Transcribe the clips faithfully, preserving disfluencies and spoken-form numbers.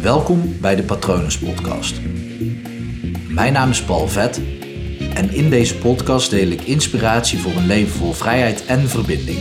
Welkom bij de Patronus Podcast. Mijn naam is Paul Vet en in deze podcast deel ik inspiratie voor een leven vol vrijheid en verbinding.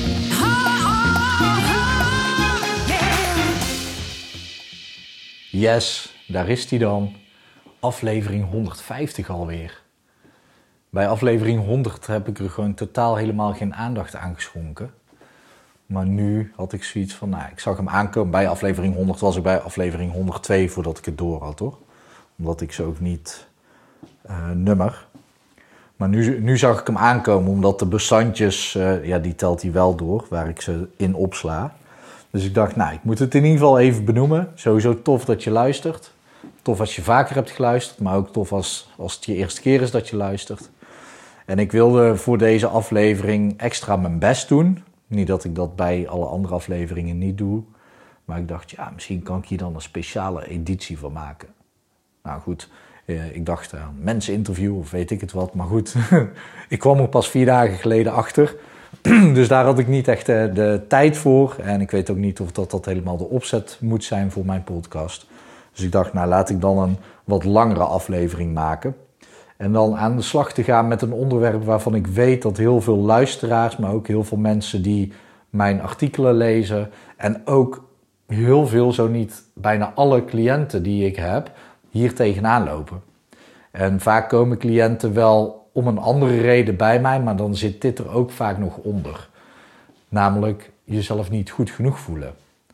Yes, daar is die dan. Aflevering honderdvijftig alweer. Bij aflevering honderd heb ik er gewoon totaal helemaal geen aandacht aan geschonken. Maar nu had ik zoiets van, nou, ik zag hem aankomen. Bij aflevering honderd was ik bij aflevering honderdtwee voordat ik het door had, hoor. Omdat ik ze ook niet uh, nummer. Maar nu, nu zag ik hem aankomen, omdat de bestandjes, uh, ja, die telt hij wel door, waar ik ze in opsla. Dus ik dacht, nou, ik moet het in ieder geval even benoemen. Sowieso tof dat je luistert. Tof als je vaker hebt geluisterd, maar ook tof als, als het je eerste keer is dat je luistert. En ik wilde voor deze aflevering extra mijn best doen. Niet dat ik dat bij alle andere afleveringen niet doe. Maar ik dacht, ja, misschien kan ik hier dan een speciale editie van maken. Nou goed, eh, ik dacht aan uh, menseninterview of weet ik het wat. Maar goed, ik kwam er pas vier dagen geleden achter. Dus daar had ik niet echt uh, de tijd voor. En ik weet ook niet of dat, dat helemaal de opzet moet zijn voor mijn podcast. Dus ik dacht, nou laat ik dan een wat langere aflevering maken. En dan aan de slag te gaan met een onderwerp waarvan ik weet dat heel veel luisteraars, maar ook heel veel mensen die mijn artikelen lezen en ook heel veel, zo niet bijna alle cliënten die ik heb, hier tegenaan lopen. En vaak komen cliënten wel om een andere reden bij mij, maar dan zit dit er ook vaak nog onder. Namelijk jezelf niet goed genoeg voelen.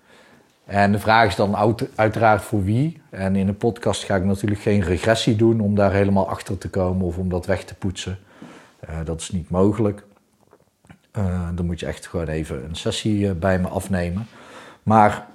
En de vraag is dan uiteraard voor wie. En in een podcast ga ik natuurlijk geen regressie doen om daar helemaal achter te komen of om dat weg te poetsen. Uh, dat is niet mogelijk. Uh, dan moet je echt gewoon even een sessie uh, bij me afnemen. Maar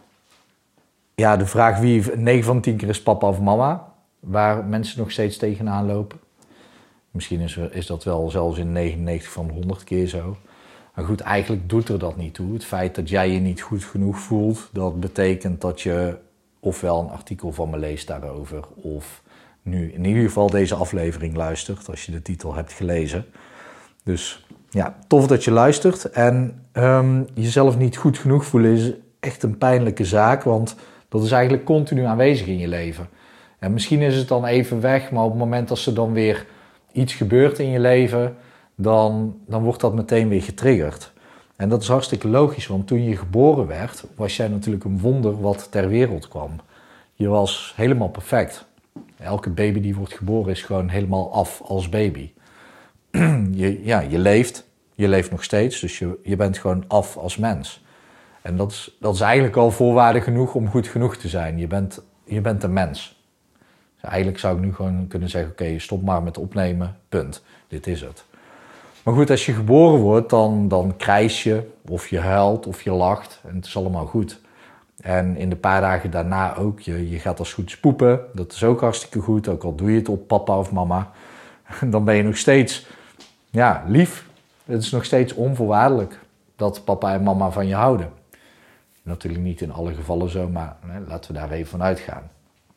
ja, de vraag wie, negen van de tien keer is papa of mama, waar mensen nog steeds tegenaan lopen. Misschien is, is dat wel zelfs in negenennegentig van de honderd keer zo. Maar goed, eigenlijk doet er dat niet toe. Het feit dat jij je niet goed genoeg voelt, dat betekent dat je ofwel een artikel van me leest daarover, of nu in ieder geval deze aflevering luistert, als je de titel hebt gelezen. Dus ja, tof dat je luistert. En um, jezelf niet goed genoeg voelen is echt een pijnlijke zaak, want dat is eigenlijk continu aanwezig in je leven. En misschien is het dan even weg, maar op het moment dat er dan weer iets gebeurt in je leven, Dan, dan wordt dat meteen weer getriggerd. En dat is hartstikke logisch, want toen je geboren werd, was jij natuurlijk een wonder wat ter wereld kwam. Je was helemaal perfect. Elke baby die wordt geboren is gewoon helemaal af als baby. je, ja, je leeft, je leeft nog steeds, dus je, je bent gewoon af als mens. En dat is, dat is eigenlijk al voorwaarde genoeg om goed genoeg te zijn. Je bent, je bent een mens. Dus eigenlijk zou ik nu gewoon kunnen zeggen, oké, okay, stop maar met opnemen, punt. Dit is het. Maar goed, als je geboren wordt, dan, dan krijs je, of je huilt, of je lacht. En het is allemaal goed. En in de paar dagen daarna ook. Je, je gaat als goed spoepen. Dat is ook hartstikke goed. Ook al doe je het op papa of mama. Dan ben je nog steeds ja, lief. Het is nog steeds onvoorwaardelijk dat papa en mama van je houden. Natuurlijk niet in alle gevallen zo, maar nee, laten we daar even van uitgaan.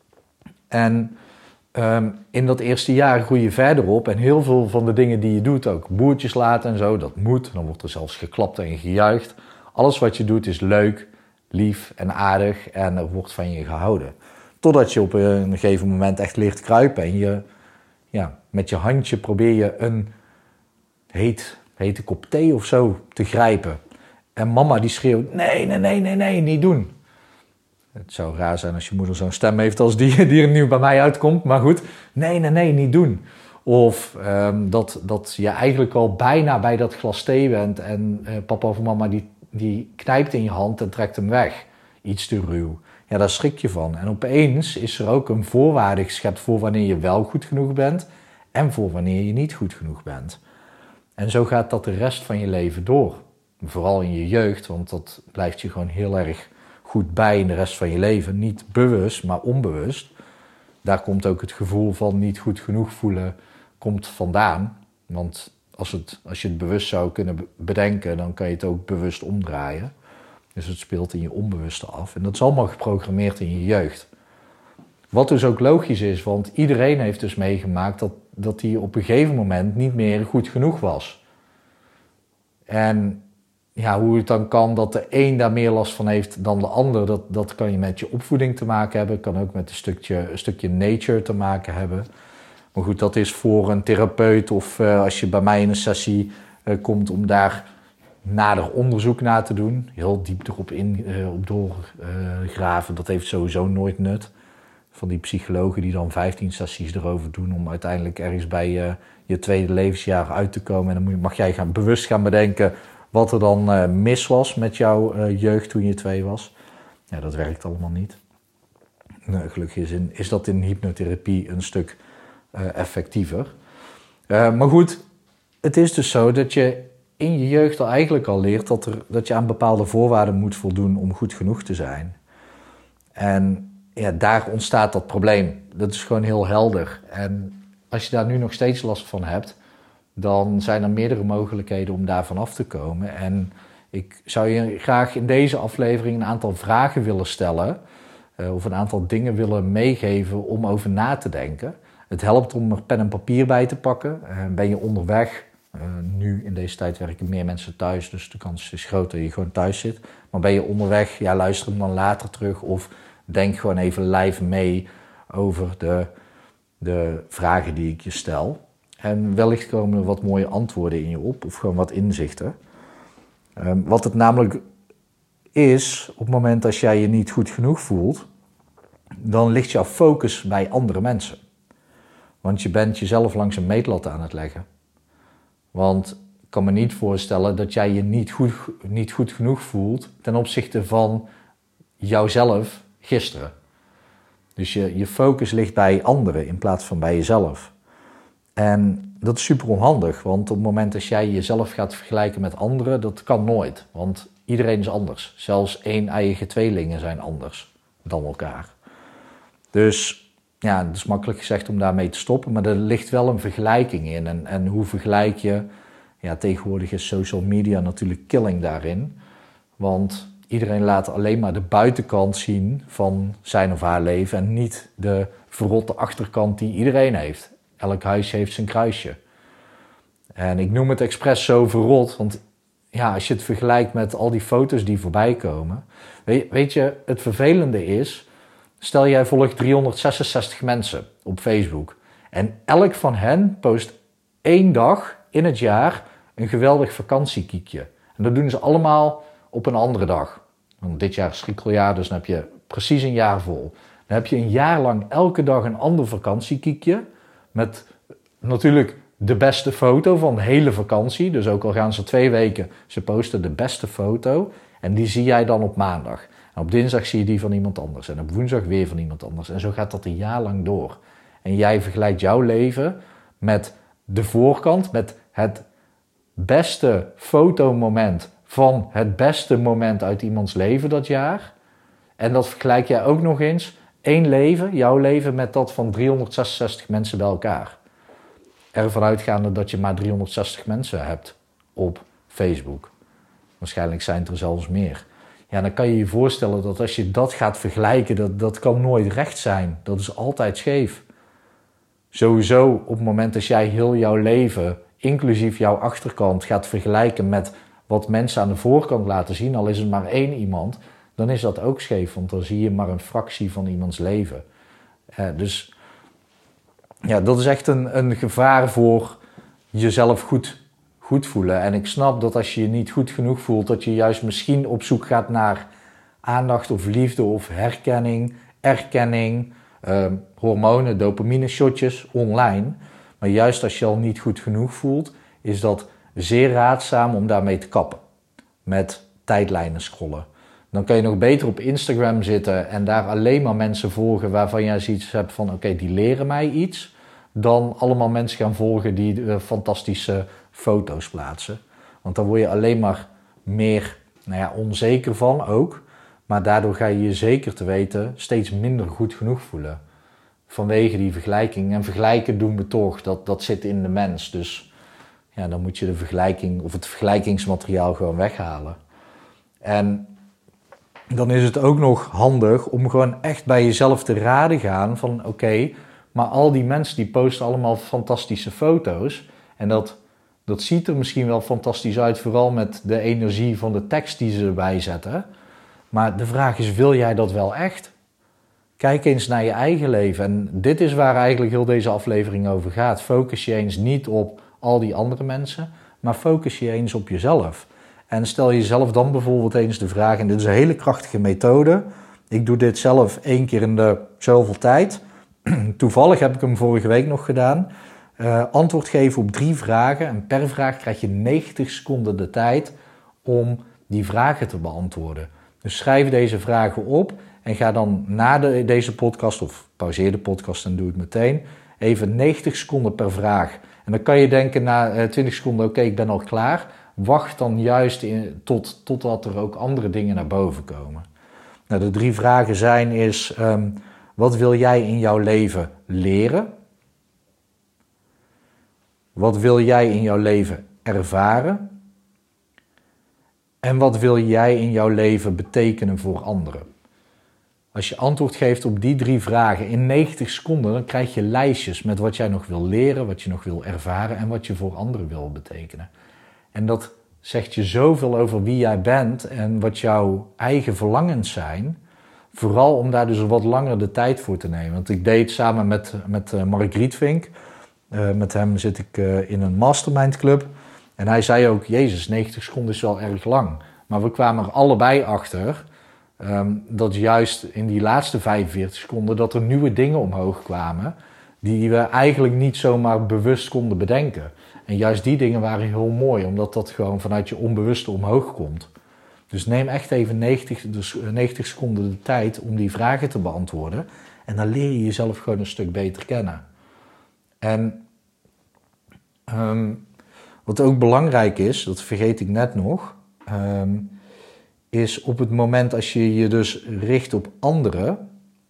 En Um, in dat eerste jaar groei je verder op en heel veel van de dingen die je doet, ook boertjes laten en zo, dat moet. Dan wordt er zelfs geklapt en gejuicht. Alles wat je doet is leuk, lief en aardig en er wordt van je gehouden. Totdat je op een gegeven moment echt leert kruipen en je, ja, met je handje probeer je een heet, hete kop thee of zo te grijpen. En mama die schreeuwt, nee, nee, nee, nee, nee, niet doen. Het zou raar zijn als je moeder zo'n stem heeft als die, die er nu bij mij uitkomt. Maar goed, nee, nee, nee, niet doen. Of um, dat, dat je eigenlijk al bijna bij dat glas thee bent en uh, papa of mama die, die knijpt in je hand en trekt hem weg. Iets te ruw. Ja, daar schrik je van. En opeens is er ook een voorwaarde geschept voor wanneer je wel goed genoeg bent en voor wanneer je niet goed genoeg bent. En zo gaat dat de rest van je leven door. Vooral in je jeugd, want dat blijft je gewoon heel erg goed bij in de rest van je leven. Niet bewust, maar onbewust. Daar komt ook het gevoel van niet goed genoeg voelen komt vandaan. Want als, het, als je het bewust zou kunnen bedenken, dan kan je het ook bewust omdraaien. Dus het speelt in je onbewuste af. En dat is allemaal geprogrammeerd in je jeugd. Wat dus ook logisch is, want iedereen heeft dus meegemaakt dat, dat hij op een gegeven moment niet meer goed genoeg was. En ja, hoe het dan kan dat de een daar meer last van heeft dan de ander, dat, dat kan je met je opvoeding te maken hebben. Kan ook met een stukje, een stukje nature te maken hebben. Maar goed, dat is voor een therapeut of uh, als je bij mij in een sessie uh, komt om daar nader onderzoek naar te doen. Heel diep erop in, uh, op doorgraven, uh, dat heeft sowieso nooit nut. Van die psychologen die dan vijftien sessies erover doen om uiteindelijk ergens bij uh, je tweede levensjaar uit te komen. En dan mag jij gaan, bewust gaan bedenken wat er dan uh, mis was met jouw uh, jeugd toen je twee was. Ja, dat werkt allemaal niet. Nou, gelukkig is, in, is dat in hypnotherapie een stuk uh, effectiever. Uh, maar goed, het is dus zo dat je in je jeugd al eigenlijk al leert dat, er, dat je aan bepaalde voorwaarden moet voldoen om goed genoeg te zijn. En ja, daar ontstaat dat probleem. Dat is gewoon heel helder. En als je daar nu nog steeds last van hebt, dan zijn er meerdere mogelijkheden om daarvan af te komen. En ik zou je graag in deze aflevering een aantal vragen willen stellen, uh, of een aantal dingen willen meegeven om over na te denken. Het helpt om er pen en papier bij te pakken. Uh, ben je onderweg? Uh, nu in deze tijd werken meer mensen thuis, dus de kans is groot dat je gewoon thuis zit. Maar ben je onderweg, ja, luister hem dan later terug of denk gewoon even live mee over de, de vragen die ik je stel. En wellicht komen er wat mooie antwoorden in je op, of gewoon wat inzichten. Um, wat het namelijk is, op het moment dat jij je niet goed genoeg voelt, dan ligt jouw focus bij andere mensen. Want je bent jezelf langs een meetlat aan het leggen. Want ik kan me niet voorstellen dat jij je niet goed, niet goed genoeg voelt ten opzichte van jouzelf gisteren. Dus je, je focus ligt bij anderen in plaats van bij jezelf. En dat is super onhandig, want op het moment dat jij jezelf gaat vergelijken met anderen, dat kan nooit. Want iedereen is anders. Zelfs één-eiige tweelingen zijn anders dan elkaar. Dus ja, het is makkelijk gezegd om daarmee te stoppen, maar er ligt wel een vergelijking in. En, en hoe vergelijk je? Ja, tegenwoordig is social media natuurlijk killing daarin. Want iedereen laat alleen maar de buitenkant zien van zijn of haar leven en niet de verrotte achterkant die iedereen heeft. Elk huisje heeft zijn kruisje. En ik noem het expres zo verrot, want ja, als je het vergelijkt met al die foto's die voorbij komen. Weet, weet je, het vervelende is, stel jij volgt driehonderdzesenzestig mensen op Facebook. En elk van hen post één dag in het jaar een geweldig vakantiekiekje. En dat doen ze allemaal op een andere dag. Want dit jaar is schrikkeljaar, dus dan heb je precies een jaar vol. Dan heb je een jaar lang elke dag een ander vakantiekiekje. Met natuurlijk de beste foto van de hele vakantie. Dus ook al gaan ze twee weken, ze posten de beste foto. En die zie jij dan op maandag. En op dinsdag zie je die van iemand anders. En op woensdag weer van iemand anders. En zo gaat dat een jaar lang door. En jij vergelijkt jouw leven met de voorkant, met het beste fotomoment van het beste moment uit iemands leven dat jaar. En dat vergelijk jij ook nog eens, één leven, jouw leven, met dat van driehonderdzesenzestig mensen bij elkaar. Ervan uitgaande dat je maar driehonderdzestig mensen hebt op Facebook. Waarschijnlijk zijn het er zelfs meer. Ja, dan kan je je voorstellen dat als je dat gaat vergelijken, dat, dat kan nooit recht zijn. Dat is altijd scheef. Sowieso op het moment dat jij heel jouw leven, inclusief jouw achterkant, gaat vergelijken met wat mensen aan de voorkant laten zien, al is het maar één iemand, dan is dat ook scheef, want dan zie je maar een fractie van iemands leven. Uh, dus ja, dat is echt een, een gevaar voor jezelf goed, goed voelen. En ik snap dat als je je niet goed genoeg voelt, dat je juist misschien op zoek gaat naar aandacht of liefde of herkenning, erkenning, uh, hormonen, dopamine shotjes online. Maar juist als je al niet goed genoeg voelt, is dat zeer raadzaam om daarmee te kappen. Met tijdlijnen scrollen. Dan kan je nog beter op Instagram zitten en daar alleen maar mensen volgen waarvan jij zoiets hebt van oké, okay, die leren mij iets. Dan allemaal mensen gaan volgen die uh, fantastische foto's plaatsen. Want dan word je alleen maar meer nou ja, onzeker van ook. Maar daardoor ga je je zeker te weten steeds minder goed genoeg voelen. Vanwege die vergelijking. En vergelijken doen we toch. Dat, dat zit in de mens. Dus ja, dan moet je de vergelijking of het vergelijkingsmateriaal gewoon weghalen. En dan is het ook nog handig om gewoon echt bij jezelf te raden gaan van oké, okay, maar al die mensen die posten allemaal fantastische foto's. En dat Dat ziet er misschien wel fantastisch uit, vooral met de energie van de tekst die ze erbij zetten. Maar de vraag is, wil jij dat wel echt? Kijk eens naar je eigen leven. En dit is waar eigenlijk heel deze aflevering over gaat. Focus je eens niet op al die andere mensen, maar focus je eens op jezelf. En stel jezelf dan bijvoorbeeld eens de vraag, en dit is een hele krachtige methode. Ik doe dit zelf één keer in de zoveel tijd. Toevallig heb ik hem vorige week nog gedaan. Uh, antwoord geven op drie vragen. En per vraag krijg je negentig seconden de tijd om die vragen te beantwoorden. Dus schrijf deze vragen op en ga dan na de, deze podcast, of pauzeer de podcast en doe het meteen, even negentig seconden per vraag. En dan kan je denken na uh, twintig seconden, oké, okay, ik ben al klaar. Wacht dan juist in, tot, totdat er ook andere dingen naar boven komen. Nou, de drie vragen zijn is, um, wat wil jij in jouw leven leren? Wat wil jij in jouw leven ervaren? En wat wil jij in jouw leven betekenen voor anderen? Als je antwoord geeft op die drie vragen in negentig seconden, dan krijg je lijstjes met wat jij nog wil leren, wat je nog wil ervaren en wat je voor anderen wil betekenen. En dat zegt je zoveel over wie jij bent en wat jouw eigen verlangens zijn. Vooral om daar dus wat langer de tijd voor te nemen. Want ik deed samen met, met Mark Rietvink, uh, met hem zit ik uh, in een mastermind club. En hij zei ook, jezus, negentig seconden is wel erg lang. Maar we kwamen er allebei achter um, dat juist in die laatste vijfenveertig seconden dat er nieuwe dingen omhoog kwamen die we eigenlijk niet zomaar bewust konden bedenken. En juist die dingen waren heel mooi, omdat dat gewoon vanuit je onbewuste omhoog komt. Dus neem echt even negentig, dus negentig seconden de tijd om die vragen te beantwoorden. En dan leer je jezelf gewoon een stuk beter kennen. En um, wat ook belangrijk is, dat vergeet ik net nog, um, is op het moment als je je dus richt op anderen,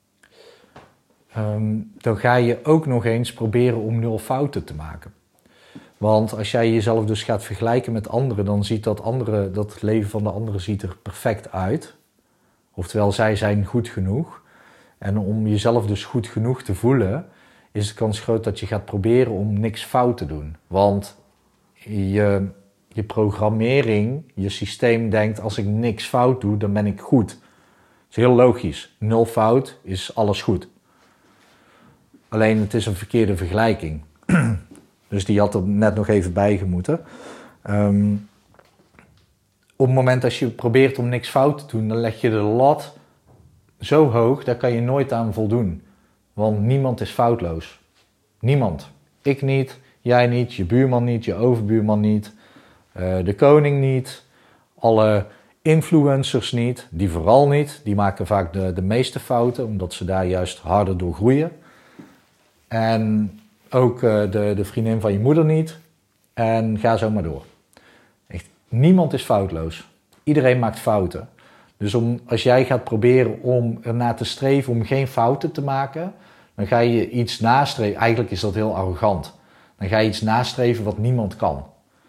um, dan ga je ook nog eens proberen om nul fouten te maken. Want als jij jezelf dus gaat vergelijken met anderen, dan ziet dat, andere, dat het leven van de anderen ziet er perfect uit. Oftewel, zij zijn goed genoeg. En om jezelf dus goed genoeg te voelen, is de kans groot dat je gaat proberen om niks fout te doen. Want je, je programmering, je systeem denkt, als ik niks fout doe, dan ben ik goed. Dat is heel logisch. Nul fout is alles goed. Alleen het is een verkeerde vergelijking. Dus die had er net nog even bij gemoeten. Um, op het moment dat je probeert om niks fout te doen, dan leg je de lat zo hoog, daar kan je nooit aan voldoen. Want niemand is foutloos. Niemand. Ik niet, jij niet, je buurman niet, je overbuurman niet, uh, de koning niet, alle influencers niet, die vooral niet. Die maken vaak de, de meeste fouten, omdat ze daar juist harder door groeien. En ook uh, de, de vriendin van je moeder niet. En ga zo maar door. Echt, niemand is foutloos. Iedereen maakt fouten. Dus om, als jij gaat proberen om ernaar te streven om geen fouten te maken, dan ga je iets nastreven. Eigenlijk is dat heel arrogant. Dan ga je iets nastreven wat niemand kan.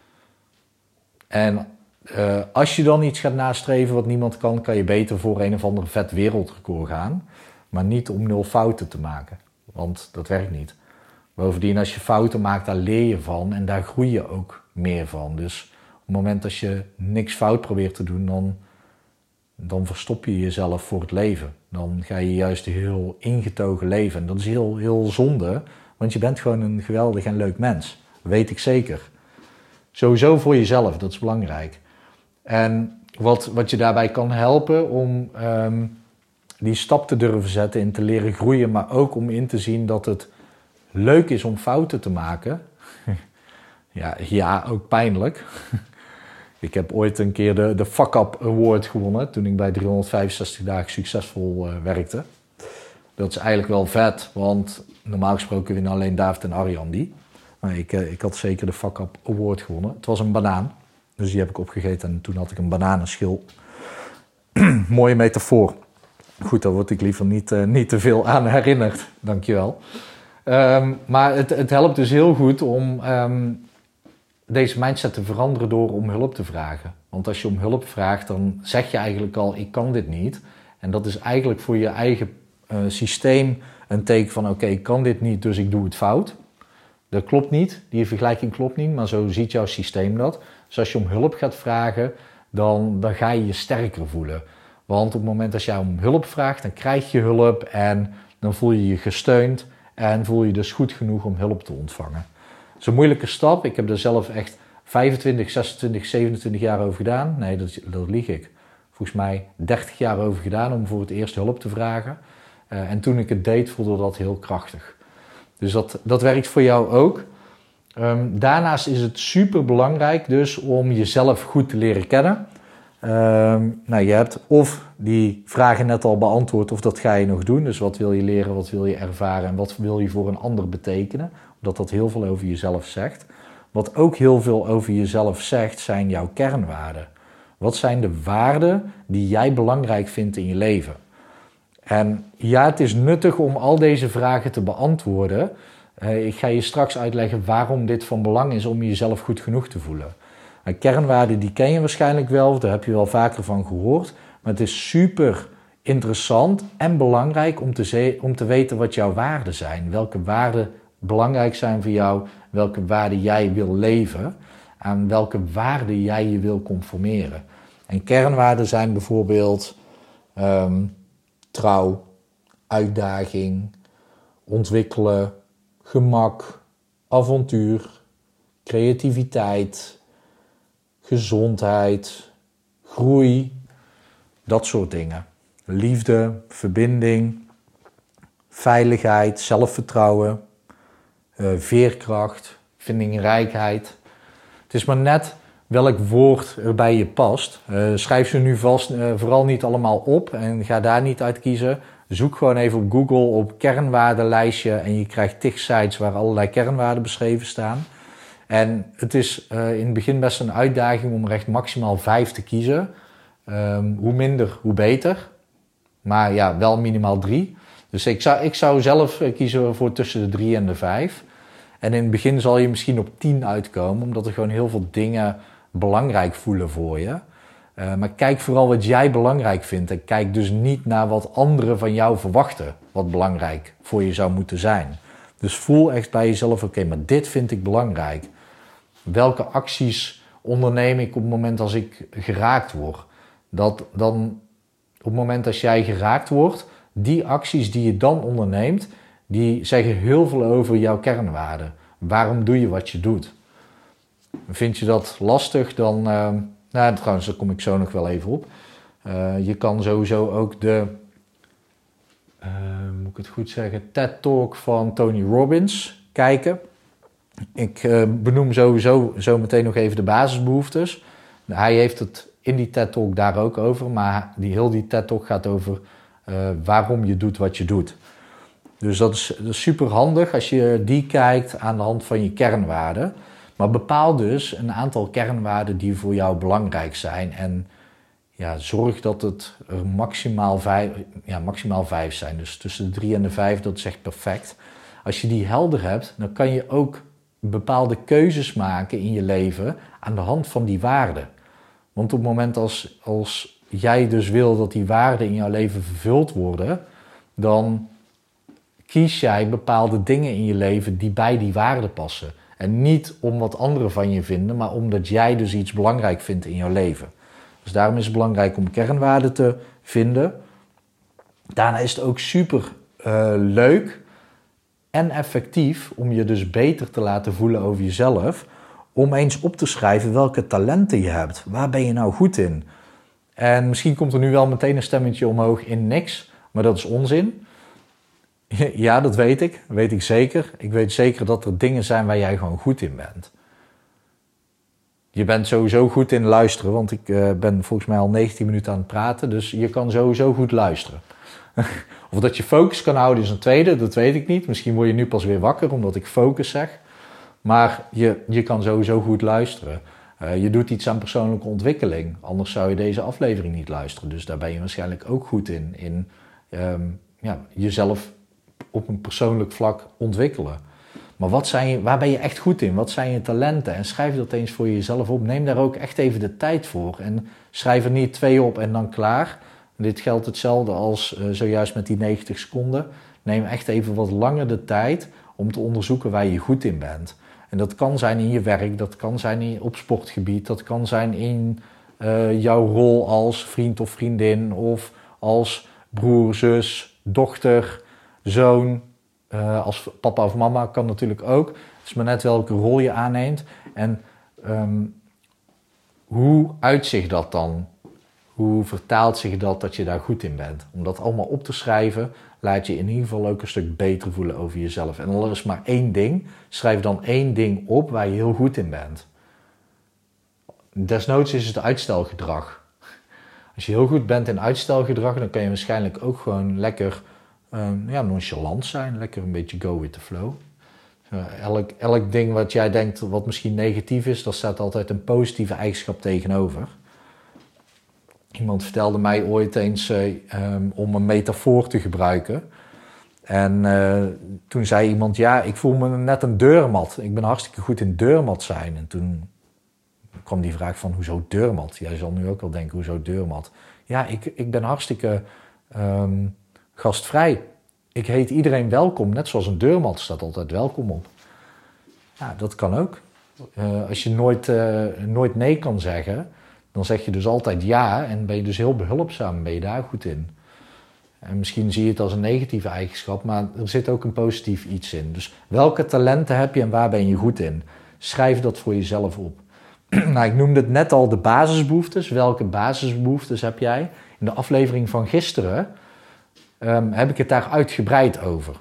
En uh, als je dan iets gaat nastreven wat niemand kan, kan je beter voor een of ander vet wereldrecord gaan. Maar niet om nul fouten te maken. Want dat werkt niet. Bovendien, als je fouten maakt, daar leer je van en daar groei je ook meer van. Dus op het moment dat je niks fout probeert te doen, dan, dan verstop je jezelf voor het leven. Dan ga je juist heel ingetogen leven. En dat is heel, heel zonde, want je bent gewoon een geweldig en leuk mens. Dat weet ik zeker. Sowieso voor jezelf, dat is belangrijk. En wat, wat je daarbij kan helpen om um, die stap te durven zetten en te leren groeien, maar ook om in te zien dat het leuk is om fouten te maken. ja, ja, ook pijnlijk. Ik heb ooit een keer de, de Fuck Up Award gewonnen toen ik bij driehonderdvijfenzestig dagen succesvol uh, werkte. Dat is eigenlijk wel vet, want normaal gesproken winnen alleen David en Arjan die. Maar ik, uh, ik had zeker de Fuck Up Award gewonnen. Het was een banaan, dus die heb ik opgegeten en toen had ik een bananenschil. Mooie metafoor. Goed, daar word ik liever niet, uh, niet te veel aan herinnerd. Dankjewel. Um, maar het, het helpt dus heel goed om um, deze mindset te veranderen door om hulp te vragen. Want als je om hulp vraagt, dan zeg je eigenlijk al, ik kan dit niet. En dat is eigenlijk voor je eigen uh, systeem een teken van, oké, okay, ik kan dit niet, dus ik doe het fout. Dat klopt niet, die vergelijking klopt niet, maar zo ziet jouw systeem dat. Dus als je om hulp gaat vragen, dan, dan ga je je sterker voelen. Want op het moment dat jij om hulp vraagt, dan krijg je hulp en dan voel je je gesteund en voel je dus goed genoeg om hulp te ontvangen. Dat is een moeilijke stap. Ik heb er zelf echt vijfentwintig, zesentwintig, zevenentwintig jaar over gedaan. Nee, dat, dat lieg ik. Volgens mij dertig jaar over gedaan om voor het eerst hulp te vragen. Uh, en toen ik het deed, voelde dat heel krachtig. Dus dat, dat werkt voor jou ook. Um, daarnaast is het super belangrijk dus om jezelf goed te leren kennen. Um, nou, je hebt of die vragen net al beantwoord of dat ga je nog doen. Dus wat wil je leren, wat wil je ervaren en wat wil je voor een ander betekenen. Omdat dat heel veel over jezelf zegt. Wat ook heel veel over jezelf zegt zijn jouw kernwaarden. Wat zijn de waarden die jij belangrijk vindt in je leven? En ja, het is nuttig om al deze vragen te beantwoorden. Uh, ik ga je straks uitleggen waarom dit van belang is om jezelf goed genoeg te voelen. Uh, kernwaarden die ken je waarschijnlijk wel, daar heb je wel vaker van gehoord. Maar het is super interessant en belangrijk om te, ze- om te weten wat jouw waarden zijn. Welke waarden belangrijk zijn voor jou, welke waarden jij wil leven, aan welke waarden jij je wil conformeren. En kernwaarden zijn bijvoorbeeld um, trouw, uitdaging, ontwikkelen, gemak, avontuur, creativiteit, gezondheid, groei, dat soort dingen. Liefde, verbinding, veiligheid, zelfvertrouwen, uh, veerkracht, vindingrijkheid. Het is maar net welk woord er bij je past. Uh, schrijf ze nu vast uh, vooral niet allemaal op en ga daar niet uit kiezen. Zoek gewoon even op Google op kernwaardenlijstje en je krijgt tig sites waar allerlei kernwaarden beschreven staan. En het is uh, in het begin best een uitdaging om er echt maximaal vijf te kiezen. Um, hoe minder, hoe beter. Maar ja, wel minimaal drie. Dus ik zou, ik zou zelf kiezen voor tussen de drie en de vijf. En in het begin zal je misschien op tien uitkomen, omdat er gewoon heel veel dingen belangrijk voelen voor je. Uh, maar kijk vooral wat jij belangrijk vindt. En kijk dus niet naar wat anderen van jou verwachten, wat belangrijk voor je zou moeten zijn. Dus voel echt bij jezelf, oké, okay, maar dit vind ik belangrijk. Welke acties onderneem ik op het moment als ik geraakt word? Dat dan, op het moment als jij geraakt wordt, die acties die je dan onderneemt, die zeggen heel veel over jouw kernwaarden. Waarom doe je wat je doet? Vind je dat lastig, dan... Uh, nou, trouwens, daar kom ik zo nog wel even op. Uh, je kan sowieso ook de... Uh, moet ik het goed zeggen? TED-talk van Tony Robbins kijken. Ik uh, benoem sowieso zo meteen nog even de basisbehoeftes. Hij heeft het in die TED-talk daar ook over. Maar die, heel die TED-talk gaat over uh, waarom je doet wat je doet. Dus dat is, dat is super handig als je die kijkt aan de hand van je kernwaarden. Maar bepaal dus een aantal kernwaarden die voor jou belangrijk zijn. En ja, zorg dat het er maximaal vijf, ja, maximaal vijf zijn. Dus tussen de drie en de vijf, dat is echt perfect. Als je die helder hebt, dan kan je ook bepaalde keuzes maken in je leven aan de hand van die waarden. Want op het moment als, als jij dus wil dat die waarden in jouw leven vervuld worden, dan kies jij bepaalde dingen in je leven die bij die waarden passen. En niet om wat anderen van je vinden, maar omdat jij dus iets belangrijk vindt in jouw leven. Dus daarom is het belangrijk om kernwaarden te vinden. Daarna is het ook super uh, leuk en effectief om je dus beter te laten voelen over jezelf. Om eens op te schrijven welke talenten je hebt. Waar ben je nou goed in? En misschien komt er nu wel meteen een stemmetje omhoog in niks, maar dat is onzin. Ja, dat weet ik. Dat weet ik zeker. Ik weet zeker dat er dingen zijn waar jij gewoon goed in bent. Je bent sowieso goed in luisteren, want ik uh, ben volgens mij al negentien minuten aan het praten. Dus je kan sowieso goed luisteren. Of dat je focus kan houden is een tweede, dat weet ik niet. Misschien word je nu pas weer wakker omdat ik focus zeg. Maar je, je kan sowieso goed luisteren. Uh, je doet iets aan persoonlijke ontwikkeling. Anders zou je deze aflevering niet luisteren. Dus daar ben je waarschijnlijk ook goed in. In um, ja, jezelf op een persoonlijk vlak ontwikkelen. Maar wat zijn je, waar ben je echt goed in? Wat zijn je talenten? En schrijf dat eens voor jezelf op. Neem daar ook echt even de tijd voor. En schrijf er niet twee op en dan klaar. Dit geldt hetzelfde als uh, zojuist met die negentig seconden. Neem echt even wat langer de tijd om te onderzoeken waar je goed in bent. En dat kan zijn in je werk, dat kan zijn in, op sportgebied, dat kan zijn in uh, jouw rol als vriend of vriendin of als broer, zus, dochter, zoon, uh, als papa of mama kan natuurlijk ook. Het is maar net welke rol je aanneemt. En um, hoe uitzicht dat dan? Hoe vertaalt zich dat dat je daar goed in bent? Om dat allemaal op te schrijven, laat je in ieder geval ook een stuk beter voelen over jezelf. En al is maar één ding, schrijf dan één ding op waar je heel goed in bent. Desnoods is het uitstelgedrag. Als je heel goed bent in uitstelgedrag, dan kan je waarschijnlijk ook gewoon lekker um, ja, nonchalant zijn. Lekker een beetje go with the flow. Uh, elk, elk ding wat jij denkt wat misschien negatief is, daar staat altijd een positieve eigenschap tegenover. Iemand vertelde mij ooit eens uh, um, om een metafoor te gebruiken. En uh, toen zei iemand, ja, ik voel me net een deurmat. Ik ben hartstikke goed in deurmat zijn. En toen kwam die vraag van, hoezo deurmat? Jij zal nu ook wel denken, hoezo deurmat? Ja, ik, ik ben hartstikke um, gastvrij. Ik heet iedereen welkom, net zoals een deurmat staat altijd welkom op. Ja, dat kan ook. Uh, als je nooit, uh, nooit nee kan zeggen, dan zeg je dus altijd ja en ben je dus heel behulpzaam, ben je daar goed in. En misschien zie je het als een negatieve eigenschap, maar er zit ook een positief iets in. Dus welke talenten heb je en waar ben je goed in? Schrijf dat voor jezelf op. Nou, ik noemde het net al de basisbehoeftes. Welke basisbehoeftes heb jij? In de aflevering van gisteren um, heb ik het daar uitgebreid over.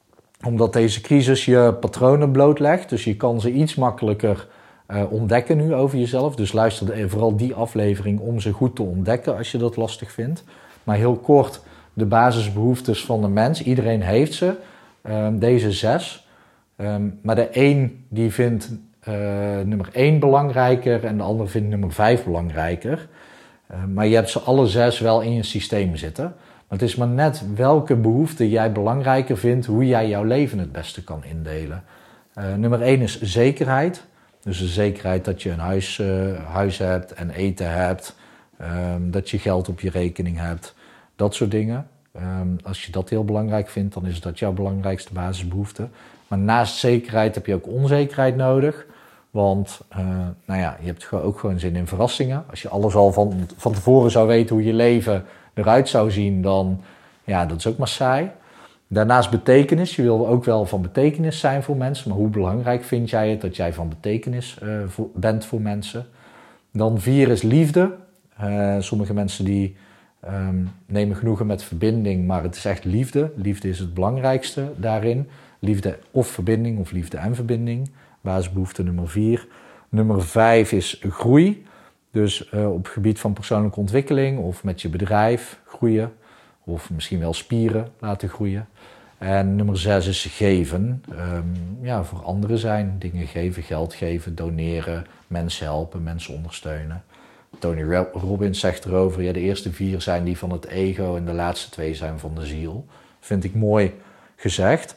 Omdat deze crisis je patronen blootlegt, dus je kan ze iets makkelijker uh, ontdekken nu over jezelf. Dus luister vooral die aflevering om ze goed te ontdekken als je dat lastig vindt. Maar heel kort, de basisbehoeftes van de mens. Iedereen heeft ze, um, deze zes. Um, maar de een die vindt uh, nummer één belangrijker en de ander vindt nummer vijf belangrijker. Uh, maar je hebt ze alle zes wel in je systeem zitten. Maar het is maar net welke behoefte jij belangrijker vindt, hoe jij jouw leven het beste kan indelen. Uh, nummer één is zekerheid. Dus de zekerheid dat je een huis, uh, huis hebt en eten hebt. Um, dat je geld op je rekening hebt. Dat soort dingen. Um, als je dat heel belangrijk vindt, dan is dat jouw belangrijkste basisbehoefte. Maar naast zekerheid heb je ook onzekerheid nodig. Want uh, nou ja, je hebt ook gewoon zin in verrassingen. Als je alles al van, van tevoren zou weten hoe je leven eruit zou zien, dan ja, dat is ook maar saai. Daarnaast betekenis. Je wil ook wel van betekenis zijn voor mensen. Maar hoe belangrijk vind jij het dat jij van betekenis uh, voor, bent voor mensen? Dan vier is liefde. Uh, sommige mensen die um, nemen genoegen met verbinding, maar het is echt liefde. Liefde is het belangrijkste daarin. Liefde of verbinding of liefde en verbinding. Basisbehoefte nummer vier. Nummer vijf is groei. Dus uh, op het gebied van persoonlijke ontwikkeling of met je bedrijf groeien. Of misschien wel spieren laten groeien. En nummer zes is geven. Um, ja, voor anderen zijn. Dingen geven, geld geven, doneren, mensen helpen, mensen ondersteunen. Tony Robbins zegt erover, ja, de eerste vier zijn die van het ego en de laatste twee zijn van de ziel. Vind ik mooi gezegd.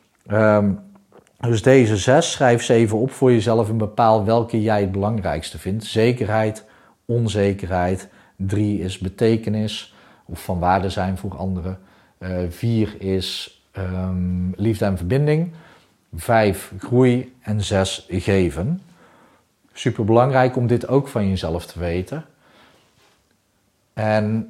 Um, dus deze zes, schrijf ze even op voor jezelf en bepaal welke jij het belangrijkste vindt. Zekerheid, onzekerheid. Drie is betekenis of van waarde zijn voor anderen. Uh, vier is um, liefde en verbinding. Vijf, groei. En zes, geven. Super belangrijk om dit ook van jezelf te weten. En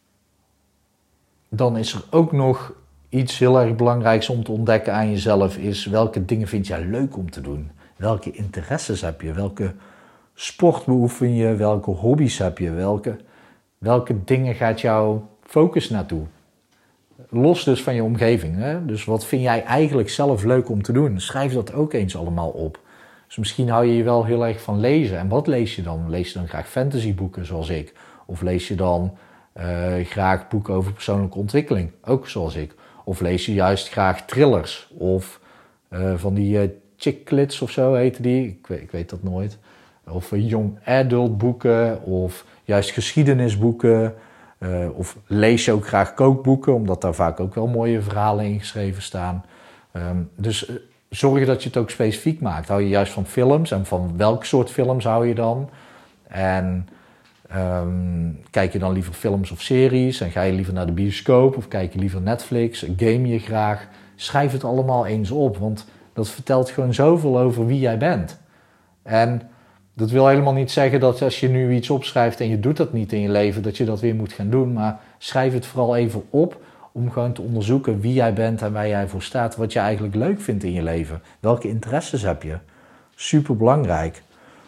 dan is er ook nog iets heel erg belangrijks om te ontdekken aan jezelf, is welke dingen vind jij leuk om te doen? Welke interesses heb je? Welke sport beoefen je? Welke hobby's heb je? Welke, welke dingen gaat jouw focus naartoe? Los dus van je omgeving. Hè? Dus wat vind jij eigenlijk zelf leuk om te doen? Schrijf dat ook eens allemaal op. Dus misschien hou je je wel heel erg van lezen. En wat lees je dan? Lees je dan graag fantasyboeken zoals ik? Of lees je dan uh, graag boeken over persoonlijke ontwikkeling? Ook zoals ik. Of lees je juist graag thrillers? Of uh, van die uh, chick lit of zo heten die? Ik weet, ik weet dat nooit. Of uh, young adult boeken. Of juist geschiedenisboeken. Uh, of lees je ook graag kookboeken, omdat daar vaak ook wel mooie verhalen in geschreven staan. Um, dus uh, zorg dat je het ook specifiek maakt. Hou je juist van films en van welk soort films hou je dan? En um, kijk je dan liever films of series? En ga je liever naar de bioscoop of kijk je liever Netflix? Game je graag? schrijf het allemaal eens op. Want dat vertelt gewoon zoveel over wie jij bent. En dat wil helemaal niet zeggen dat als je nu iets opschrijft en je doet dat niet in je leven, dat je dat weer moet gaan doen. Maar schrijf het vooral even op om gewoon te onderzoeken wie jij bent en waar jij voor staat. Wat je eigenlijk leuk vindt in je leven. Welke interesses heb je? Super belangrijk.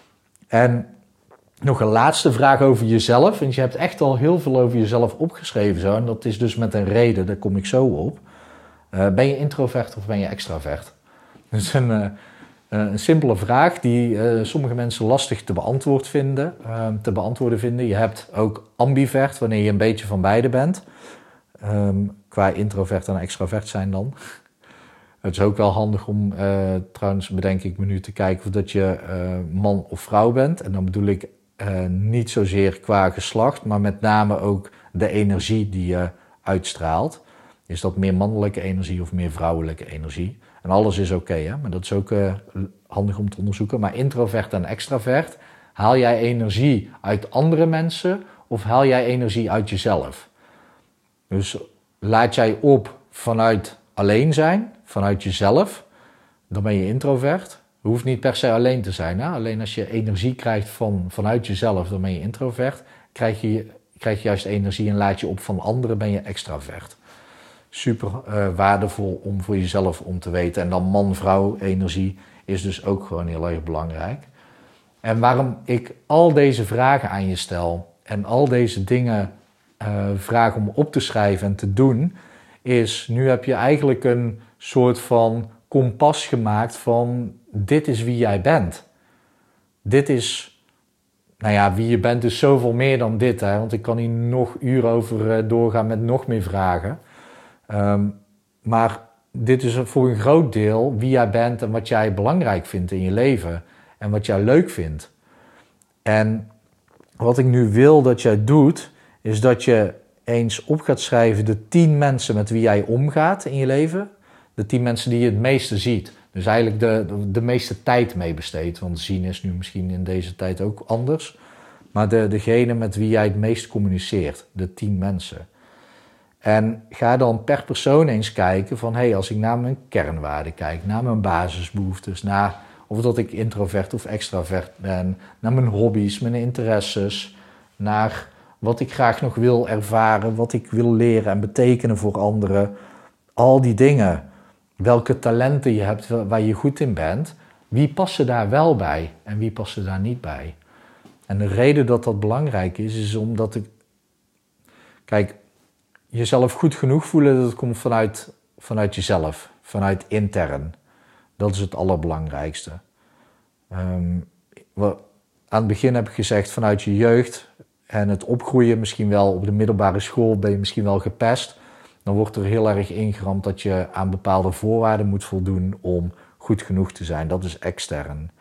En nog een laatste vraag over jezelf. Want je hebt echt al heel veel over jezelf opgeschreven zo. En dat is dus met een reden, daar kom ik zo op. Uh, ben je introvert of ben je extravert? Dat is een, uh, een simpele vraag die uh, sommige mensen lastig te, beantwoord vinden, uh, te beantwoorden vinden. Je hebt ook ambivert, wanneer je een beetje van beide bent. Um, qua introvert en extravert zijn dan. Het is ook wel handig om, uh, trouwens bedenk ik me nu te kijken of dat je uh, man of vrouw bent. En dan bedoel ik uh, niet zozeer qua geslacht, maar met name ook de energie die je uitstraalt. Is dat meer mannelijke energie of meer vrouwelijke energie? En alles is oké, hè? Maar dat is ook uh, handig om te onderzoeken. Maar introvert en extravert, haal jij energie uit andere mensen of haal jij energie uit jezelf? Dus laat jij op vanuit alleen zijn, vanuit jezelf, dan ben je introvert. Je hoeft niet per se alleen te zijn. Hè? Alleen als je energie krijgt van, vanuit jezelf, dan ben je introvert. Krijg je, krijg je juist energie en laat je op van anderen, ben je extravert. Super uh, waardevol om voor jezelf om te weten. En dan man-vrouw energie is dus ook gewoon heel erg belangrijk. En waarom ik al deze vragen aan je stel en al deze dingen uh, vraag om op te schrijven en te doen, is nu heb je eigenlijk een soort van kompas gemaakt van dit is wie jij bent. Dit is, nou ja, wie je bent is zoveel meer dan dit. Hè? Want ik kan hier nog uren over uh, doorgaan met nog meer vragen. Um, maar dit is voor een groot deel wie jij bent en wat jij belangrijk vindt in je leven. En wat jij leuk vindt. En wat ik nu wil dat jij doet, is dat je eens op gaat schrijven de tien mensen met wie jij omgaat in je leven. De tien mensen die je het meeste ziet. Dus eigenlijk de, de, de meeste tijd mee besteedt. Want zien is nu misschien in deze tijd ook anders. Maar de, degene met wie jij het meest communiceert. De tien mensen. En ga dan per persoon eens kijken van, hé, hey, als ik naar mijn kernwaarden kijk, naar mijn basisbehoeftes, naar of dat ik introvert of extravert ben, naar mijn hobby's, mijn interesses, naar wat ik graag nog wil ervaren, wat ik wil leren en betekenen voor anderen. Al die dingen, welke talenten je hebt, waar je goed in bent, wie passen daar wel bij en wie passen daar niet bij? En de reden dat dat belangrijk is, is omdat ik, kijk, jezelf goed genoeg voelen, dat komt vanuit, vanuit jezelf, vanuit intern. Dat is het allerbelangrijkste. Um, aan het begin heb ik gezegd vanuit je jeugd en het opgroeien, misschien wel op de middelbare school ben je misschien wel gepest. Dan wordt er heel erg ingeramd dat je aan bepaalde voorwaarden moet voldoen om goed genoeg te zijn. Dat is extern.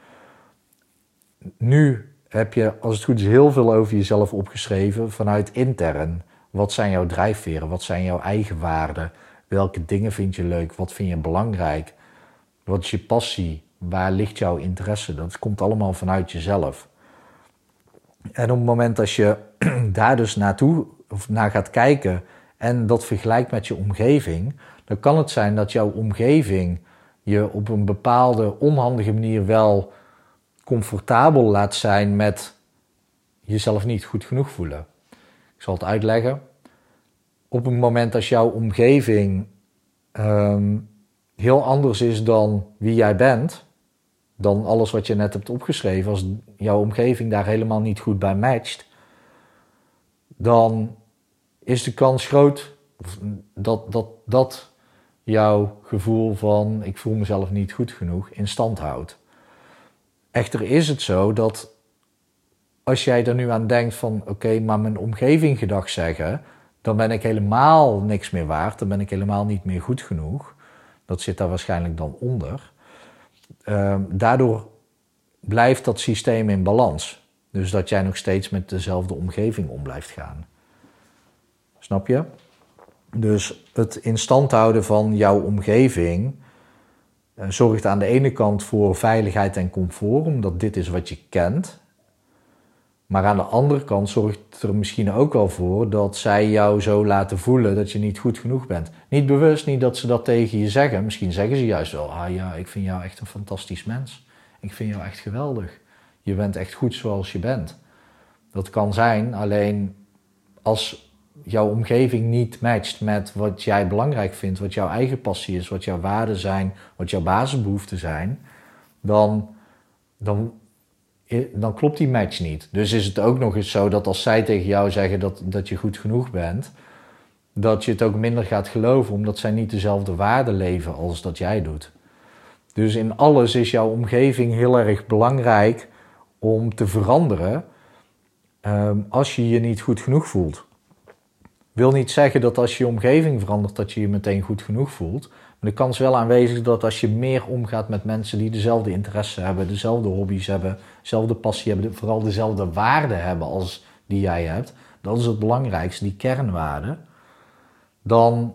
Nu heb je, als het goed is, heel veel over jezelf opgeschreven vanuit intern. Wat zijn jouw drijfveren? Wat zijn jouw eigen waarden? Welke dingen vind je leuk? Wat vind je belangrijk? Wat is je passie? Waar ligt jouw interesse? Dat komt allemaal vanuit jezelf. En op het moment dat je daar dus naartoe of naar gaat kijken en dat vergelijkt met je omgeving, dan kan het zijn dat jouw omgeving je op een bepaalde onhandige manier wel comfortabel laat zijn met jezelf niet goed genoeg voelen. Ik zal het uitleggen. Op het moment dat jouw omgeving um, heel anders is dan wie jij bent, dan alles wat je net hebt opgeschreven, als jouw omgeving daar helemaal niet goed bij matcht, dan is de kans groot dat, dat, dat jouw gevoel van ik voel mezelf niet goed genoeg in stand houdt. Echter is het zo dat als jij er nu aan denkt van oké, okay, maar mijn omgeving gedag zeggen, dan ben ik helemaal niks meer waard, dan ben ik helemaal niet meer goed genoeg. Dat zit daar waarschijnlijk dan onder. Uh, daardoor blijft dat systeem in balans. Dus dat jij nog steeds met dezelfde omgeving om blijft gaan. Snap je? Dus het in stand houden van jouw omgeving uh, zorgt aan de ene kant voor veiligheid en comfort, omdat dit is wat je kent. Maar aan de andere kant zorgt het er misschien ook wel voor dat zij jou zo laten voelen dat je niet goed genoeg bent. Niet bewust, niet dat ze dat tegen je zeggen. Misschien zeggen ze juist wel, ah ja, ik vind jou echt een fantastisch mens. Ik vind jou echt geweldig. Je bent echt goed zoals je bent. Dat kan zijn, alleen als jouw omgeving niet matcht met wat jij belangrijk vindt, wat jouw eigen passie is, wat jouw waarden zijn, wat jouw basisbehoeften zijn, dan, dan, dan klopt die match niet. Dus is het ook nog eens zo dat als zij tegen jou zeggen dat, dat je goed genoeg bent, dat je het ook minder gaat geloven, omdat zij niet dezelfde waarden leven als dat jij doet. Dus in alles is jouw omgeving heel erg belangrijk om te veranderen um, als je je niet goed genoeg voelt. Wil niet zeggen dat als je je omgeving verandert dat je je meteen goed genoeg voelt. Maar de kans is wel aanwezig dat als je meer omgaat met mensen die dezelfde interesse hebben, dezelfde hobby's hebben, dezelfde passie hebben, vooral dezelfde waarden hebben als die jij hebt. Dat is het belangrijkste, die kernwaarden. Dan,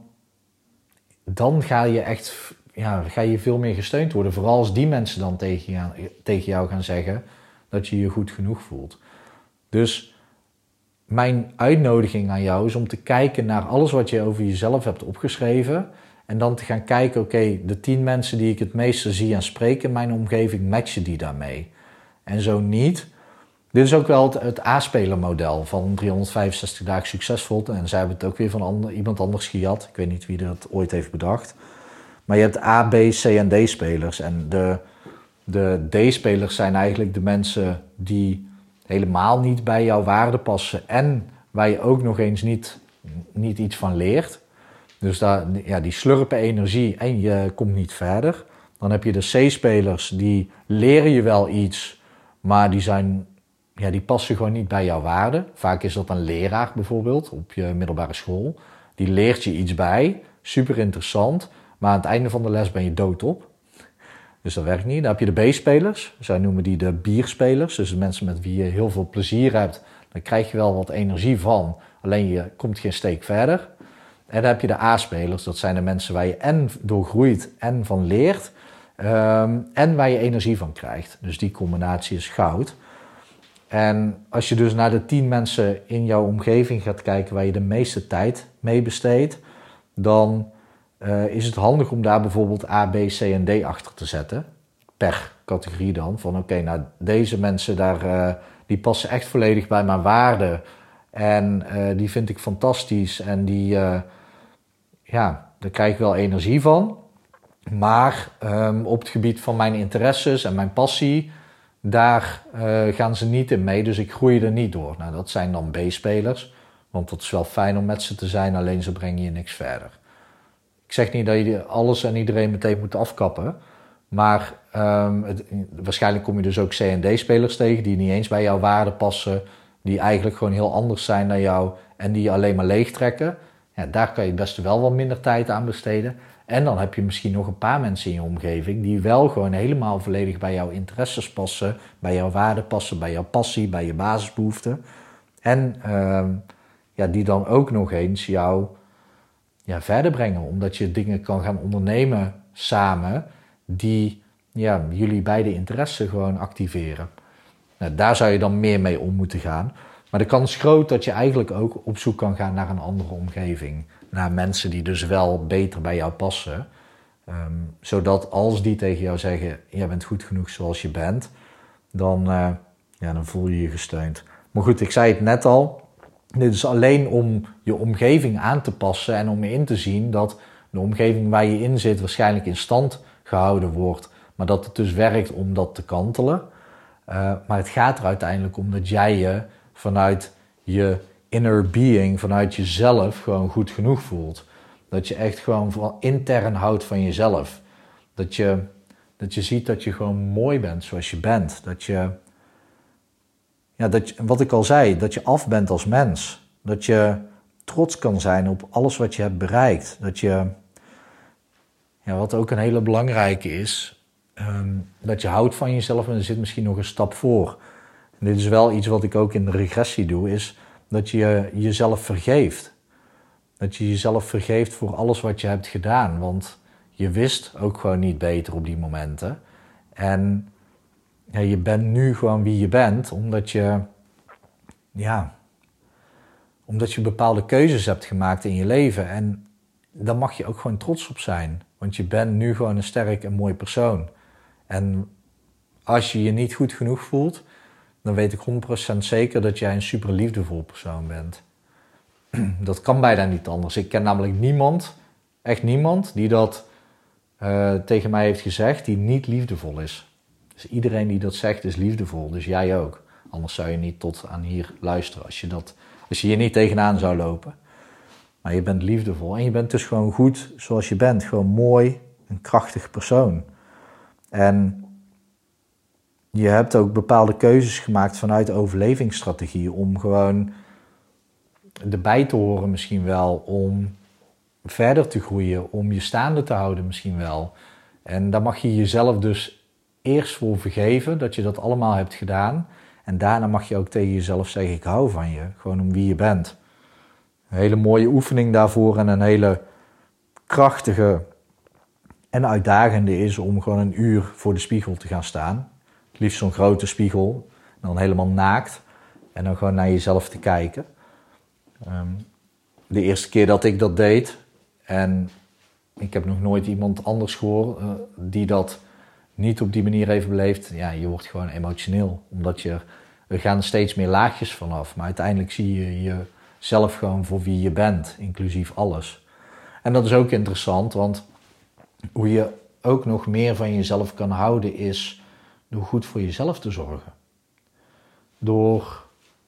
dan ga je echt ja, ga je veel meer gesteund worden. Vooral als die mensen dan tegen jou, tegen jou gaan zeggen dat je je goed genoeg voelt. Dus mijn uitnodiging aan jou is om te kijken naar alles wat je over jezelf hebt opgeschreven. En dan te gaan kijken, oké, okay, de tien mensen die ik het meeste zie en spreek in mijn omgeving, matchen die daarmee? En zo niet. Dit is ook wel het, het A-spelermodel van driehonderdvijfenzestig dagen succesvol. En zij hebben het ook weer van ander, iemand anders gejat. Ik weet niet wie dat ooit heeft bedacht. Maar je hebt A, B, C en D-spelers. En de, de D-spelers zijn eigenlijk de mensen die helemaal niet bij jouw waarden passen. En waar je ook nog eens niet, niet iets van leert. Dus daar, ja, die slurpen energie en je komt niet verder. Dan heb je de C-spelers, die leren je wel iets, maar die, zijn, ja, die passen gewoon niet bij jouw waarden. Vaak is dat een leraar bijvoorbeeld op je middelbare school. Die leert je iets bij, super interessant, maar aan het einde van de les ben je doodop. Dus dat werkt niet. Dan heb je de B-spelers, zij noemen die de bierspelers. Dus de mensen met wie je heel veel plezier hebt, daar krijg je wel wat energie van. Alleen je komt geen steek verder. En dan heb je de A-spelers, dat zijn de mensen waar je en door groeit en van leert. Um, en waar je energie van krijgt. Dus die combinatie is goud. En als je dus naar de tien mensen in jouw omgeving gaat kijken waar je de meeste tijd mee besteedt, dan uh, is het handig om daar bijvoorbeeld A, B, C en D achter te zetten. Per categorie dan. Van oké, okay, nou deze mensen daar, uh, die passen echt volledig bij mijn waarden. En uh, die vind ik fantastisch en die, uh, ja, daar krijg ik wel energie van. Maar um, op het gebied van mijn interesses en mijn passie, daar uh, gaan ze niet in mee, dus ik groei er niet door. Nou, dat zijn dan B-spelers, want het is wel fijn om met ze te zijn, alleen ze brengen je niks verder. Ik zeg niet dat je alles en iedereen meteen moet afkappen, maar um, het, waarschijnlijk kom je dus ook C- en D-spelers tegen die niet eens bij jouw waarden passen, die eigenlijk gewoon heel anders zijn dan jou en die je alleen maar leegtrekken. Ja, daar kan je best wel wat minder tijd aan besteden. En dan heb je misschien nog een paar mensen in je omgeving die wel gewoon helemaal volledig bij jouw interesses passen, bij jouw waarden passen, bij jouw passie, bij je basisbehoeften. En uh, ja, die dan ook nog eens jou ja, verder brengen, omdat je dingen kan gaan ondernemen samen die ja, jullie beide interesse gewoon activeren. Nou, daar zou je dan meer mee om moeten gaan. Maar de kans is groot dat je eigenlijk ook op zoek kan gaan naar een andere omgeving. Naar mensen die dus wel beter bij jou passen. Um, zodat als die tegen jou zeggen, jij bent goed genoeg zoals je bent, dan, uh, ja, dan voel je je gesteund. Maar goed, ik zei het net al. Dit is alleen om je omgeving aan te passen en om in te zien dat de omgeving waar je in zit waarschijnlijk in stand gehouden wordt. Maar dat het dus werkt om dat te kantelen. Uh, maar het gaat er uiteindelijk om dat jij je vanuit je inner being, vanuit jezelf gewoon goed genoeg voelt. Dat je echt gewoon vooral intern houdt van jezelf. Dat je, dat je ziet dat je gewoon mooi bent zoals je bent. Dat je, ja, dat je, wat ik al zei, dat je af bent als mens. Dat je trots kan zijn op alles wat je hebt bereikt. Dat je, ja, wat ook een hele belangrijke is, um, dat je houdt van jezelf en er zit misschien nog een stap voor. En dit is wel iets wat ik ook in de regressie doe, is dat je jezelf vergeeft. Dat je jezelf vergeeft voor alles wat je hebt gedaan. Want je wist ook gewoon niet beter op die momenten. En ja, je bent nu gewoon wie je bent, omdat je ja, omdat je bepaalde keuzes hebt gemaakt in je leven. En daar mag je ook gewoon trots op zijn. Want je bent nu gewoon een sterk en mooi persoon. En als je je niet goed genoeg voelt, dan weet ik honderd procent zeker dat jij een super liefdevol persoon bent. Dat kan bijna niet anders. Ik ken namelijk niemand, echt niemand, die dat uh, tegen mij heeft gezegd, die niet liefdevol is. Dus iedereen die dat zegt is liefdevol, dus jij ook. Anders zou je niet tot aan hier luisteren als je, dat, als je hier niet tegenaan zou lopen. Maar je bent liefdevol en je bent dus gewoon goed zoals je bent. Gewoon mooi, een krachtig persoon. En je hebt ook bepaalde keuzes gemaakt vanuit overlevingsstrategie om gewoon erbij te horen misschien wel, om verder te groeien, om je staande te houden misschien wel. En daar mag je jezelf dus eerst voor vergeven dat je dat allemaal hebt gedaan. En daarna mag je ook tegen jezelf zeggen, ik hou van je, gewoon om wie je bent. Een hele mooie oefening daarvoor en een hele krachtige en uitdagende is om gewoon een uur voor de spiegel te gaan staan. Het liefst zo'n grote spiegel, dan helemaal naakt en dan gewoon naar jezelf te kijken. Um, de eerste keer dat ik dat deed, en ik heb nog nooit iemand anders gehoord uh, die dat niet op die manier heeft beleefd. Ja, je wordt gewoon emotioneel, omdat je, er gaan steeds meer laagjes vanaf. Maar uiteindelijk zie je jezelf gewoon voor wie je bent, inclusief alles. En dat is ook interessant, want hoe je ook nog meer van jezelf kan houden is door goed voor jezelf te zorgen. Door,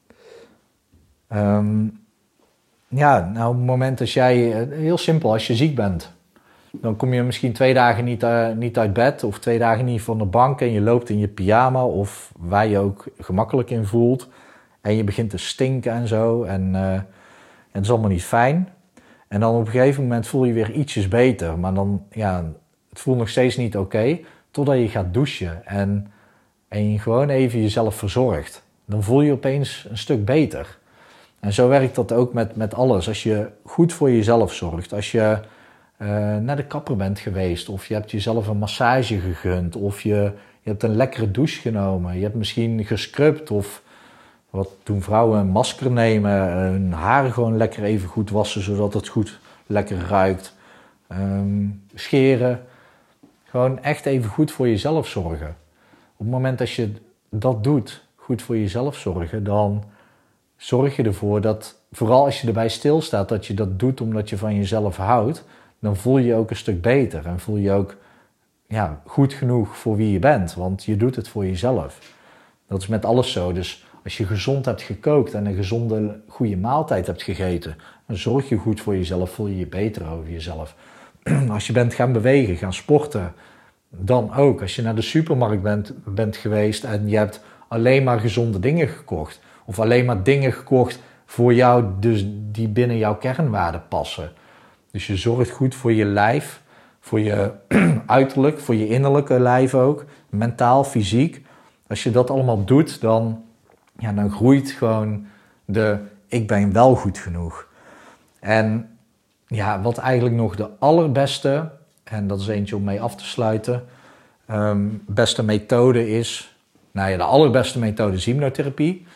um, ja, nou op het moment als jij, heel simpel, als je ziek bent, dan kom je misschien twee dagen niet, uh, niet uit bed of twee dagen niet van de bank en je loopt in je pyjama of waar je ook gemakkelijk in voelt en je begint te stinken en zo en, uh, en het is allemaal niet fijn. En dan op een gegeven moment voel je weer ietsjes beter, maar dan, ja, het voelt nog steeds niet oké, okay, totdat je gaat douchen en, en je gewoon even jezelf verzorgt. Dan voel je opeens een stuk beter. En zo werkt dat ook met, met alles. Als je goed voor jezelf zorgt, als je uh, naar de kapper bent geweest of je hebt jezelf een massage gegund of je, je hebt een lekkere douche genomen, je hebt misschien gescrubt of wat doen vrouwen, een masker nemen, hun haar gewoon lekker even goed wassen zodat het goed lekker ruikt, um, scheren, gewoon echt even goed voor jezelf zorgen. Op het moment dat je dat doet, goed voor jezelf zorgen, dan zorg je ervoor dat, vooral als je erbij stilstaat, dat je dat doet omdat je van jezelf houdt, dan voel je je ook een stuk beter en voel je ook ja, goed genoeg voor wie je bent, want je doet het voor jezelf. Dat is met alles zo, dus als je gezond hebt gekookt en een gezonde, goede maaltijd hebt gegeten, dan zorg je goed voor jezelf, voel je je beter over jezelf. Als je bent gaan bewegen, gaan sporten, dan ook. Als je naar de supermarkt bent, bent geweest en je hebt alleen maar gezonde dingen gekocht, of alleen maar dingen gekocht voor jou, dus die binnen jouw kernwaarden passen. Dus je zorgt goed voor je lijf, voor je uiterlijk, voor je innerlijke lijf ook, mentaal, fysiek. Als je dat allemaal doet, dan, ja, dan groeit gewoon de ik ben wel goed genoeg. En ja, wat eigenlijk nog de allerbeste, en dat is eentje om mee af te sluiten, um, beste methode is, nou ja, de allerbeste methode is hypnotherapie.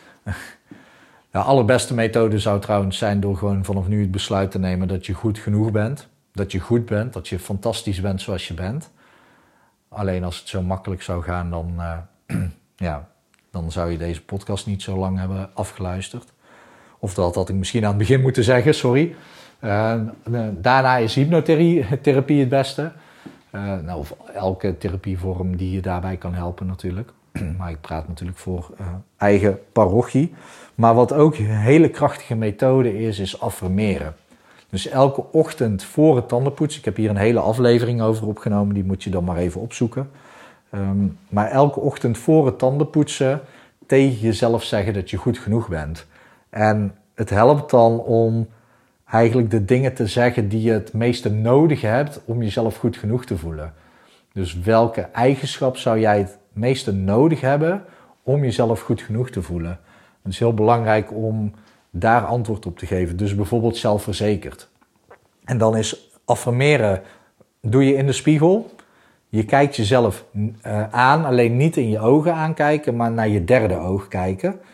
De allerbeste methode zou trouwens zijn door gewoon vanaf nu het besluit te nemen dat je goed genoeg bent. Dat je goed bent, dat je fantastisch bent zoals je bent. Alleen als het zo makkelijk zou gaan, dan, uh, ja, dan zou je deze podcast niet zo lang hebben afgeluisterd. Of dat had ik misschien aan het begin moeten zeggen, sorry. Uh, daarna is hypnotherapie het beste. Uh, nou, of elke therapievorm die je daarbij kan helpen natuurlijk. Maar ik praat natuurlijk voor uh, eigen parochie. Maar wat ook een hele krachtige methode is, is affirmeren. Dus elke ochtend voor het tandenpoetsen, ik heb hier een hele aflevering over opgenomen, die moet je dan maar even opzoeken. Um, maar elke ochtend voor het tandenpoetsen tegen jezelf zeggen dat je goed genoeg bent. En het helpt dan om eigenlijk de dingen te zeggen die je het meeste nodig hebt om jezelf goed genoeg te voelen. Dus welke eigenschap zou jij het meeste nodig hebben om jezelf goed genoeg te voelen? Het is heel belangrijk om daar antwoord op te geven. Dus bijvoorbeeld zelfverzekerd. En dan is affirmeren, doe je in de spiegel. Je kijkt jezelf uh, aan, alleen niet in je ogen aankijken, maar naar je derde oog kijken.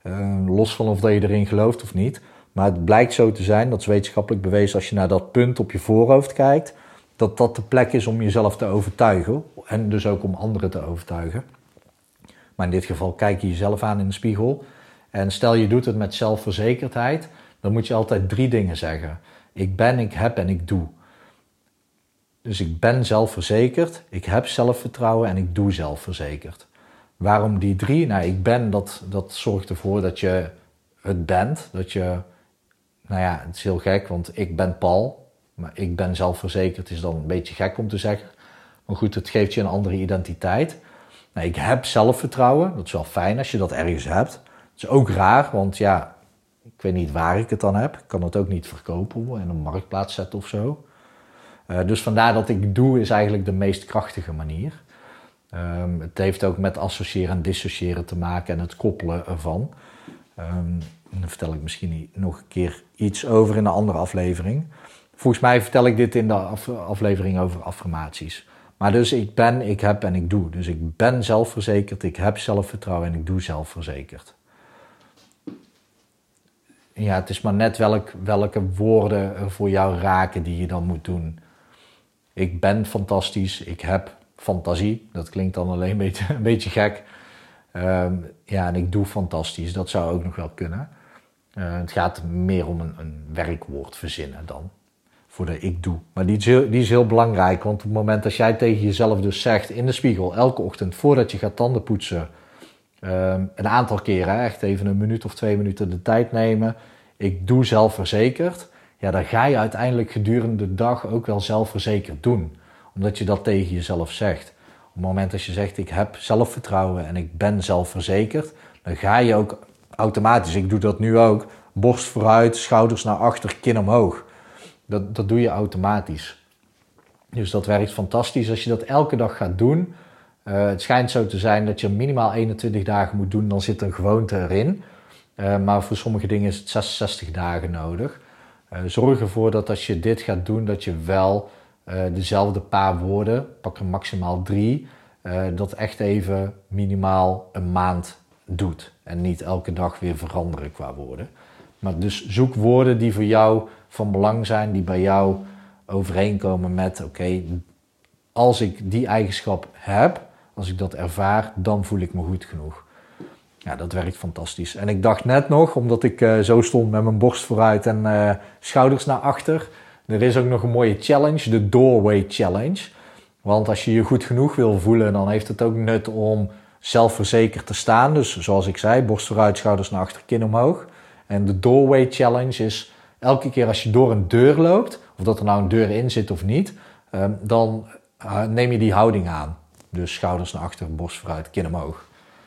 Uh, los van of dat je erin gelooft of niet. Maar het blijkt zo te zijn, dat is wetenschappelijk bewezen als je naar dat punt op je voorhoofd kijkt, dat dat de plek is om jezelf te overtuigen. En dus ook om anderen te overtuigen. Maar in dit geval kijk je jezelf aan in de spiegel. En stel je doet het met zelfverzekerdheid, dan moet je altijd drie dingen zeggen. Ik ben, ik heb en ik doe. Dus ik ben zelfverzekerd, ik heb zelfvertrouwen en ik doe zelfverzekerd. Waarom die drie? Nou, ik ben, dat, dat zorgt ervoor dat je het bent. Dat je, nou ja, het is heel gek, want ik ben Paul. Maar ik ben zelfverzekerd is dan een beetje gek om te zeggen. Maar goed, het geeft je een andere identiteit. Nou, ik heb zelfvertrouwen. Dat is wel fijn als je dat ergens hebt. Het is ook raar, want ja, ik weet niet waar ik het dan heb. Ik kan het ook niet verkopen en een marktplaats zetten of zo. Uh, dus vandaar dat ik doe is eigenlijk de meest krachtige manier. Um, het heeft ook met associëren en dissociëren te maken en het koppelen ervan. Um, daar vertel ik misschien nog een keer iets over in een andere aflevering. Volgens mij vertel ik dit in de af- aflevering over affirmaties. Maar dus ik ben, ik heb en ik doe. Dus ik ben zelfverzekerd, ik heb zelfvertrouwen en ik doe zelfverzekerd. Ja, het is maar net welk, welke woorden er voor jou raken die je dan moet doen. Ik ben fantastisch, ik heb fantasie. Dat klinkt dan alleen een beetje, een beetje gek. Um, ja, en ik doe fantastisch. Dat zou ook nog wel kunnen. Uh, het gaat meer om een, een werkwoord verzinnen dan. Voor de ik doe. Maar die is, heel, die is heel belangrijk. Want op het moment dat jij tegen jezelf dus zegt in de spiegel elke ochtend voordat je gaat tanden poetsen. Um, een aantal keren, echt even een minuut of twee minuten de tijd nemen. Ik doe zelfverzekerd. Ja, dan ga je uiteindelijk gedurende de dag ook wel zelfverzekerd doen. Omdat je dat tegen jezelf zegt. Op het moment dat je zegt ik heb zelfvertrouwen en ik ben zelfverzekerd. Dan ga je ook automatisch, ik doe dat nu ook, borst vooruit, schouders naar achter, kin omhoog. Dat, dat doe je automatisch. Dus dat werkt fantastisch als je dat elke dag gaat doen. Uh, het schijnt zo te zijn dat je minimaal eenentwintig dagen moet doen, dan zit een gewoonte erin. Uh, maar voor sommige dingen is het zesenzestig dagen nodig. Uh, zorg ervoor dat als je dit gaat doen, dat je wel uh, dezelfde paar woorden, pak er maximaal drie, uh, dat echt even minimaal een maand doet. En niet elke dag weer veranderen qua woorden. Maar dus zoek woorden die voor jou van belang zijn, die bij jou overeenkomen met, oké, okay, als ik die eigenschap heb, als ik dat ervaar, dan voel ik me goed genoeg. Ja, dat werkt fantastisch. En ik dacht net nog, omdat ik uh, zo stond met mijn borst vooruit en uh, schouders naar achter. Er is ook nog een mooie challenge, de Doorway Challenge. Want als je je goed genoeg wil voelen, dan heeft het ook nut om zelfverzekerd te staan. Dus zoals ik zei, borst vooruit, schouders naar achter, kin omhoog. En de Doorway Challenge is elke keer als je door een deur loopt, of dat er nou een deur in zit of niet, uh, dan uh, neem je die houding aan. Dus schouders naar achter, borst vooruit, kin omhoog.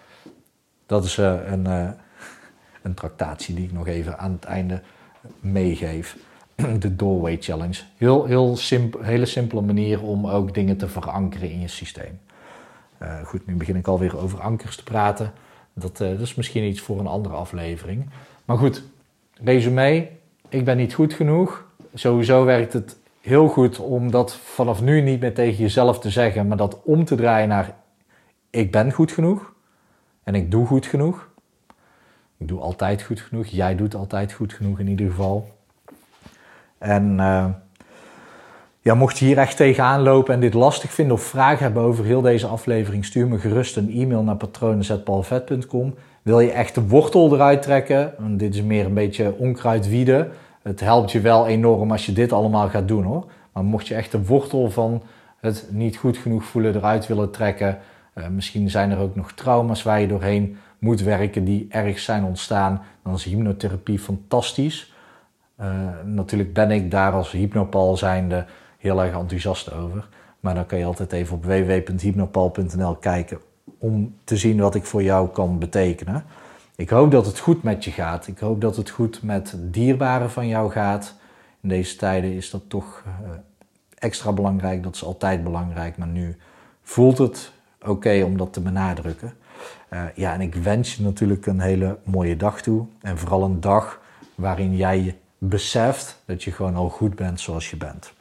Dat is uh, een, uh, een tractatie die ik nog even aan het einde meegeef. De Doorway Challenge. Heel, heel simp- hele simpele manier om ook dingen te verankeren in je systeem. Uh, goed, nu begin ik alweer over ankers te praten. Dat, uh, dat is misschien iets voor een andere aflevering. Maar goed, resume. Ik ben niet goed genoeg. Sowieso werkt het heel goed om dat vanaf nu niet meer tegen jezelf te zeggen, maar dat om te draaien naar ik ben goed genoeg. En ik doe goed genoeg. Ik doe altijd goed genoeg. Jij doet altijd goed genoeg in ieder geval. En uh, ja, mocht je hier echt tegenaan lopen en dit lastig vinden of vragen hebben over heel deze aflevering, stuur me gerust een e-mail naar patronen apenstaartje paul vet punt com. Wil je echt de wortel eruit trekken? En dit is meer een beetje onkruid wieden. Het helpt je wel enorm als je dit allemaal gaat doen hoor. Maar mocht je echt de wortel van het niet goed genoeg voelen eruit willen trekken, Uh, misschien zijn er ook nog trauma's waar je doorheen moet werken die ergens zijn ontstaan. Dan is hypnotherapie fantastisch. Uh, natuurlijk ben ik daar als Hypnopal zijnde heel erg enthousiast over. Maar dan kan je altijd even op w w w punt hypnopal punt n l kijken om te zien wat ik voor jou kan betekenen. Ik hoop dat het goed met je gaat. Ik hoop dat het goed met dierbaren van jou gaat. In deze tijden is dat toch uh, extra belangrijk. Dat is altijd belangrijk, maar nu voelt het oké okay om dat te benadrukken. Uh, ja, en ik wens je natuurlijk een hele mooie dag toe. En vooral een dag waarin jij beseft dat je gewoon al goed bent zoals je bent.